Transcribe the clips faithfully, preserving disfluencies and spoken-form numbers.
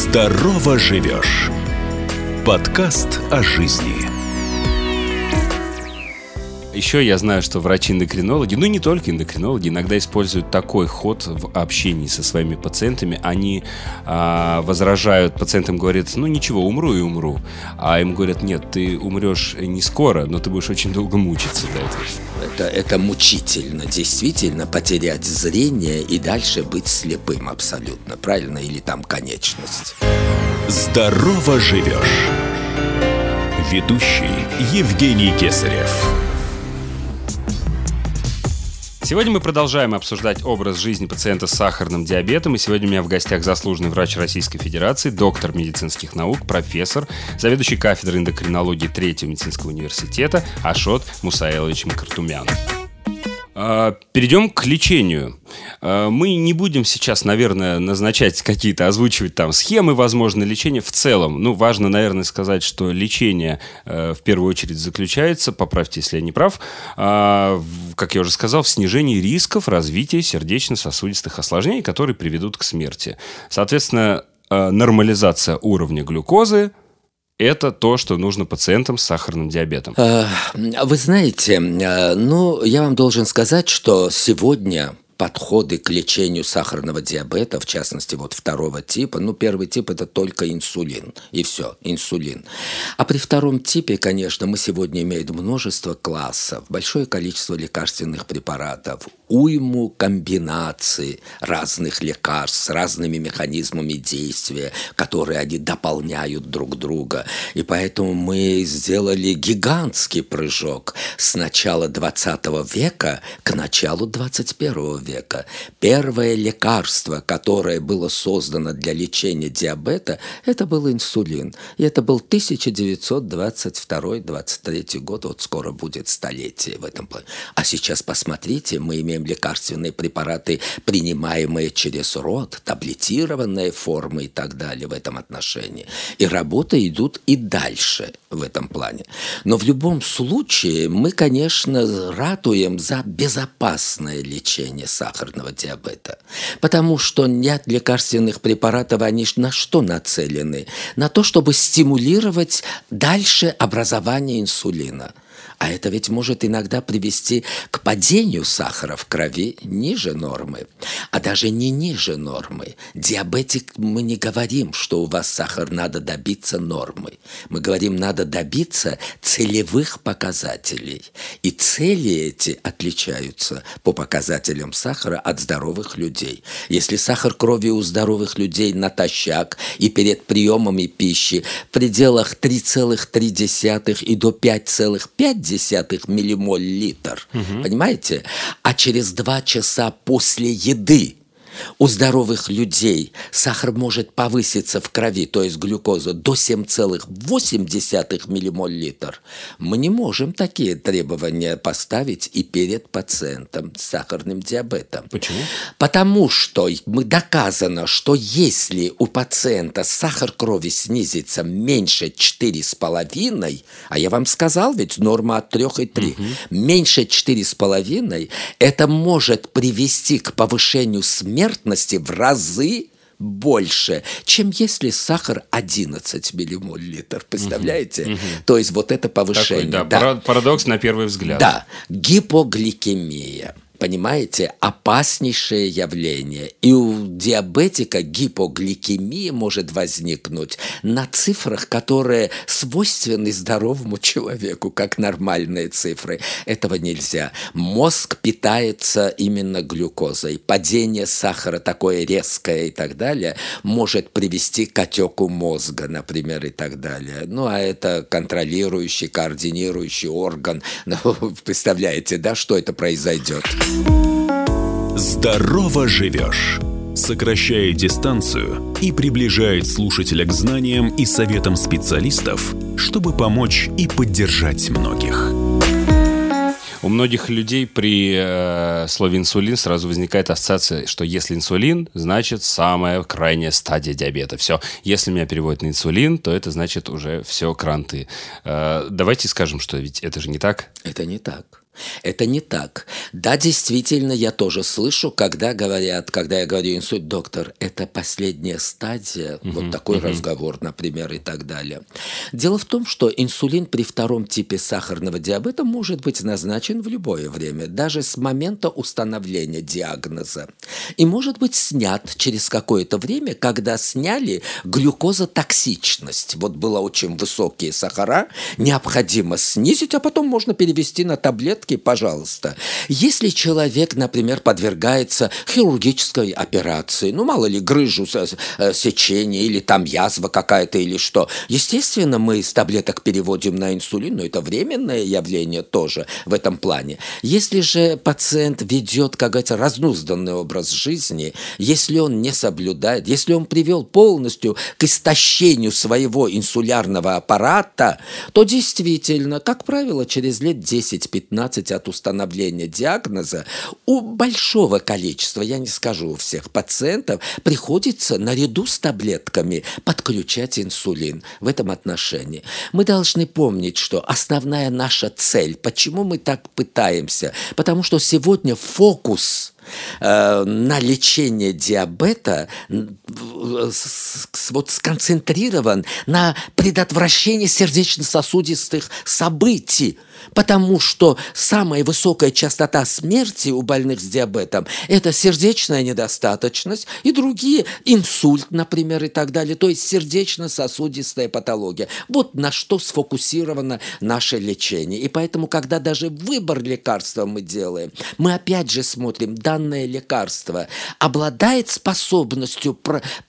Здорово живешь. Подкаст о жизни. Еще я знаю, что врачи-эндокринологи, ну не только эндокринологи, иногда используют такой ход в общении со своими пациентами. Они а, возражают, пациентам говорят, ну ничего, умру и умру. А им говорят, нет, ты умрешь не скоро, но ты будешь очень долго мучиться до этого. Это, это мучительно, действительно, потерять зрение и дальше быть слепым абсолютно, правильно? Или там конечность. Здорово живешь. Ведущий Евгений Кесарев. Сегодня мы продолжаем обсуждать образ жизни пациента с сахарным диабетом. И сегодня у меня в гостях заслуженный врач Российской Федерации, доктор медицинских наук, профессор, заведующий кафедрой эндокринологии Третьего медицинского университета Ашот Мусаилович Макартумян. Перейдем к лечению. Мы не будем сейчас, наверное, назначать какие-то, озвучивать там схемы, возможно, лечения в целом. Ну, важно, наверное, сказать, что лечение в первую очередь заключается, поправьте, если я не прав, как я уже сказал, в снижении рисков развития сердечно-сосудистых осложнений, которые приведут к смерти. Соответственно, нормализация уровня глюкозы – это то, что нужно пациентам с сахарным диабетом. Вы знаете, ну, я вам должен сказать, что сегодня подходы к лечению сахарного диабета, в частности, вот второго типа, ну, первый тип – это только инсулин, и все, инсулин. А при втором типе, конечно, мы сегодня имеем множество классов, большое количество лекарственных препаратов, уйму комбинаций разных лекарств с разными механизмами действия, которые они дополняют друг друга. И поэтому мы сделали гигантский прыжок с начала двадцатого века к началу двадцать первого века. Первое лекарство, которое было создано для лечения диабета, это был инсулин. И это был тысяча девятьсот двадцать второй — двадцать третий год, вот скоро будет столетие в этом плане. А сейчас посмотрите, мы имеем лекарственные препараты, принимаемые через рот, таблетированные формы и так далее в этом отношении. И работы идут и дальше в этом плане. Но в любом случае мы, конечно, ратуем за безопасное лечение сахарного диабета. Потому что нет лекарственных препаратов, они на что нацелены? На то, чтобы стимулировать дальше образование инсулина. А это ведь может иногда привести к падению сахара в крови ниже нормы, а даже не ниже нормы. Диабетик, мы не говорим, что у вас сахар надо добиться нормы. Мы говорим, надо добиться целевых показателей. И цели эти отличаются по показателям сахара от здоровых людей. Если сахар крови у здоровых людей натощак и перед приемами пищи в пределах три целых три десятых и до пять целых пять десятых миллимоль литр, угу. Понимаете? А через два часа после еды у здоровых людей сахар может повыситься в крови, то есть глюкоза, до семь целых восемь десятых миллимоль литр. Мы не можем такие требования поставить и перед пациентом с сахарным диабетом. Почему? Потому что мы доказано, что если у пациента сахар крови снизится меньше четыре с половиной, а я вам сказал, ведь норма от трех и три, угу. меньше четыре с половиной, это может привести к повышению смертности в разы больше, чем если сахар одиннадцать миллимоль литр. Представляете? Угу, угу. То есть вот это повышение. Такой, да, да. Парадокс на первый взгляд. Да. Гипогликемия. Понимаете, опаснейшее явление. И у диабетика гипогликемия может возникнуть на цифрах, которые свойственны здоровому человеку, как нормальные цифры. Этого нельзя. Мозг питается именно глюкозой. Падение сахара такое резкое и так далее может привести к отеку мозга, например, и так далее. Ну, а это контролирующий, координирующий орган. Ну, представляете, да, что это произойдет? Здорово живешь. Сокращает дистанцию и приближает слушателя к знаниям и советам специалистов, чтобы помочь и поддержать многих. У многих людей при э, слове инсулин сразу возникает ассоциация, что если инсулин, значит самая крайняя стадия диабета. Все, если меня переводят на инсулин, то это значит уже все кранты. Э, давайте скажем, что ведь это же не так. Это не так. Это не так. Да, действительно, я тоже слышу, когда говорят, когда я говорю инсульт, доктор, это последняя стадия, uh-huh, вот такой uh-huh. разговор, например, и так далее. Дело в том, что инсулин при втором типе сахарного диабета может быть назначен в любое время, даже с момента установления диагноза. И может быть снят через какое-то время, когда сняли глюкозотоксичность. Вот было очень высокие сахара, необходимо снизить, а потом можно перевести на таблетки, пожалуйста. Если человек, например, подвергается хирургической операции, ну, мало ли, грыжу, сечение, или там язва какая-то, или что, естественно, мы с таблеток переводим на инсулин, но это временное явление тоже в этом плане. Если же пациент ведет, как говорится, разнузданный образ жизни, если он не соблюдает, если он привел полностью к истощению своего инсулярного аппарата, то действительно, как правило, через лет десять-пятнадцать от установления диагноза у большого количества, я не скажу у всех пациентов, приходится наряду с таблетками подключать инсулин в этом отношении. Мы должны помнить, что основная наша цель, почему мы так пытаемся, потому что сегодня фокус на лечение диабета вот сконцентрирован на предотвращении сердечно-сосудистых событий, потому что самая высокая частота смерти у больных с диабетом – это сердечная недостаточность и другие, инсульт, например, и так далее, то есть сердечно-сосудистая патология. Вот на что сфокусировано наше лечение. И поэтому, когда даже выбор лекарства мы делаем, мы опять же смотрим, данное лекарство обладает способностью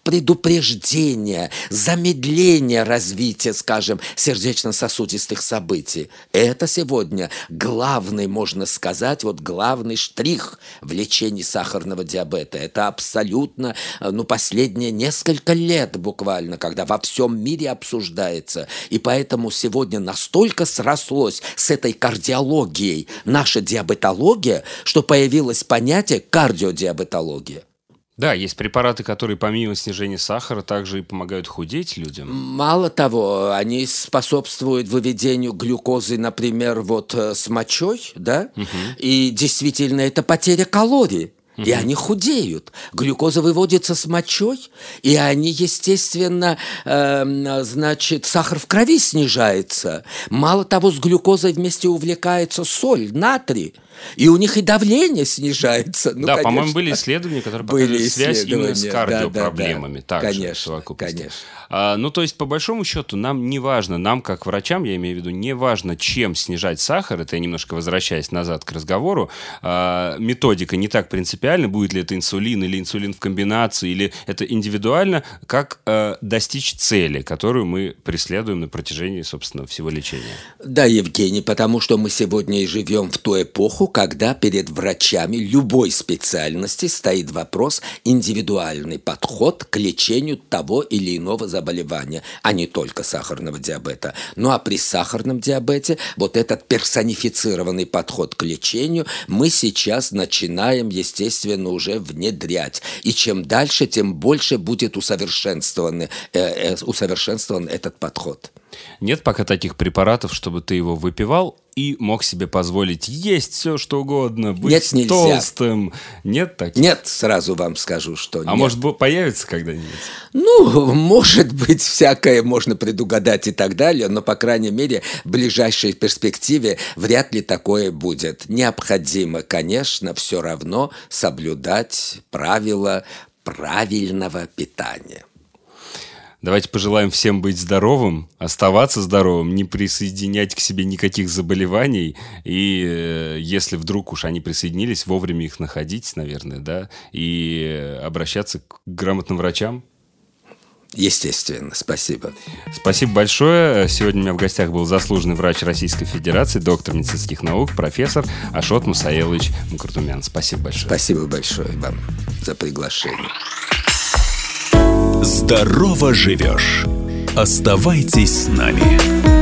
предупреждения, замедления развития, скажем, сердечно-сосудистых событий. Это сегодня главный, можно сказать, вот главный штрих в лечении сахарного диабета. Это абсолютно, ну, последние несколько лет буквально, когда во всем мире обсуждается. И поэтому сегодня настолько срослось с этой кардиологией наша диабетология, что появилось понятие кардиодиабетология. Да, есть препараты, которые помимо снижения сахара также и помогают худеть людям. Мало того, они способствуют выведению глюкозы, например, вот с мочой, да, угу. И действительно это потеря калорий. И они худеют. Глюкоза выводится с мочой, и они, естественно, э, значит, сахар в крови снижается. Мало того, с глюкозой вместе увлекается соль, натрий. И у них и давление снижается. Ну, да, конечно, по-моему, были исследования, которые показывали связь именно с кардиопроблемами. Да, да, да. Также, конечно, конечно. А, ну, то есть, по большому счету, нам не важно, нам, как врачам, я имею в виду, не важно, чем снижать сахар, это я немножко возвращаясь назад к разговору, а, методика не так принципиальна, будет ли это инсулин или инсулин в комбинации, или это индивидуально, как а, достичь цели, которую мы преследуем на протяжении, собственно, всего лечения. Да, Евгений, потому что мы сегодня и живем в ту эпоху, когда перед врачами любой специальности стоит вопрос индивидуальный подход к лечению того или иного заболевания, а не только сахарного диабета. Ну а при сахарном диабете вот этот персонифицированный подход к лечению мы сейчас начинаем, естественно, уже внедрять. И чем дальше, тем больше будет усовершенствован, э, э, усовершенствован этот подход. Нет пока таких препаратов, чтобы ты его выпивал и мог себе позволить есть все, что угодно, быть нет, толстым. Нет таких? Нет, сразу вам скажу, что нет. А может, появится когда-нибудь? Ну, может быть, всякое можно предугадать и так далее, но, по крайней мере, в ближайшей перспективе вряд ли такое будет. Необходимо, конечно, все равно соблюдать правила правильного питания. Давайте пожелаем всем быть здоровым, оставаться здоровым, не присоединять к себе никаких заболеваний. И э, если вдруг уж они присоединились, вовремя их находить, наверное, да, и обращаться к грамотным врачам. Естественно, спасибо. Спасибо большое. Сегодня у меня в гостях был заслуженный врач Российской Федерации, доктор медицинских наук, профессор Ашот Мусаилович Мукартумян. Спасибо большое. Спасибо большое вам за приглашение. Здорово живешь. Оставайтесь с нами.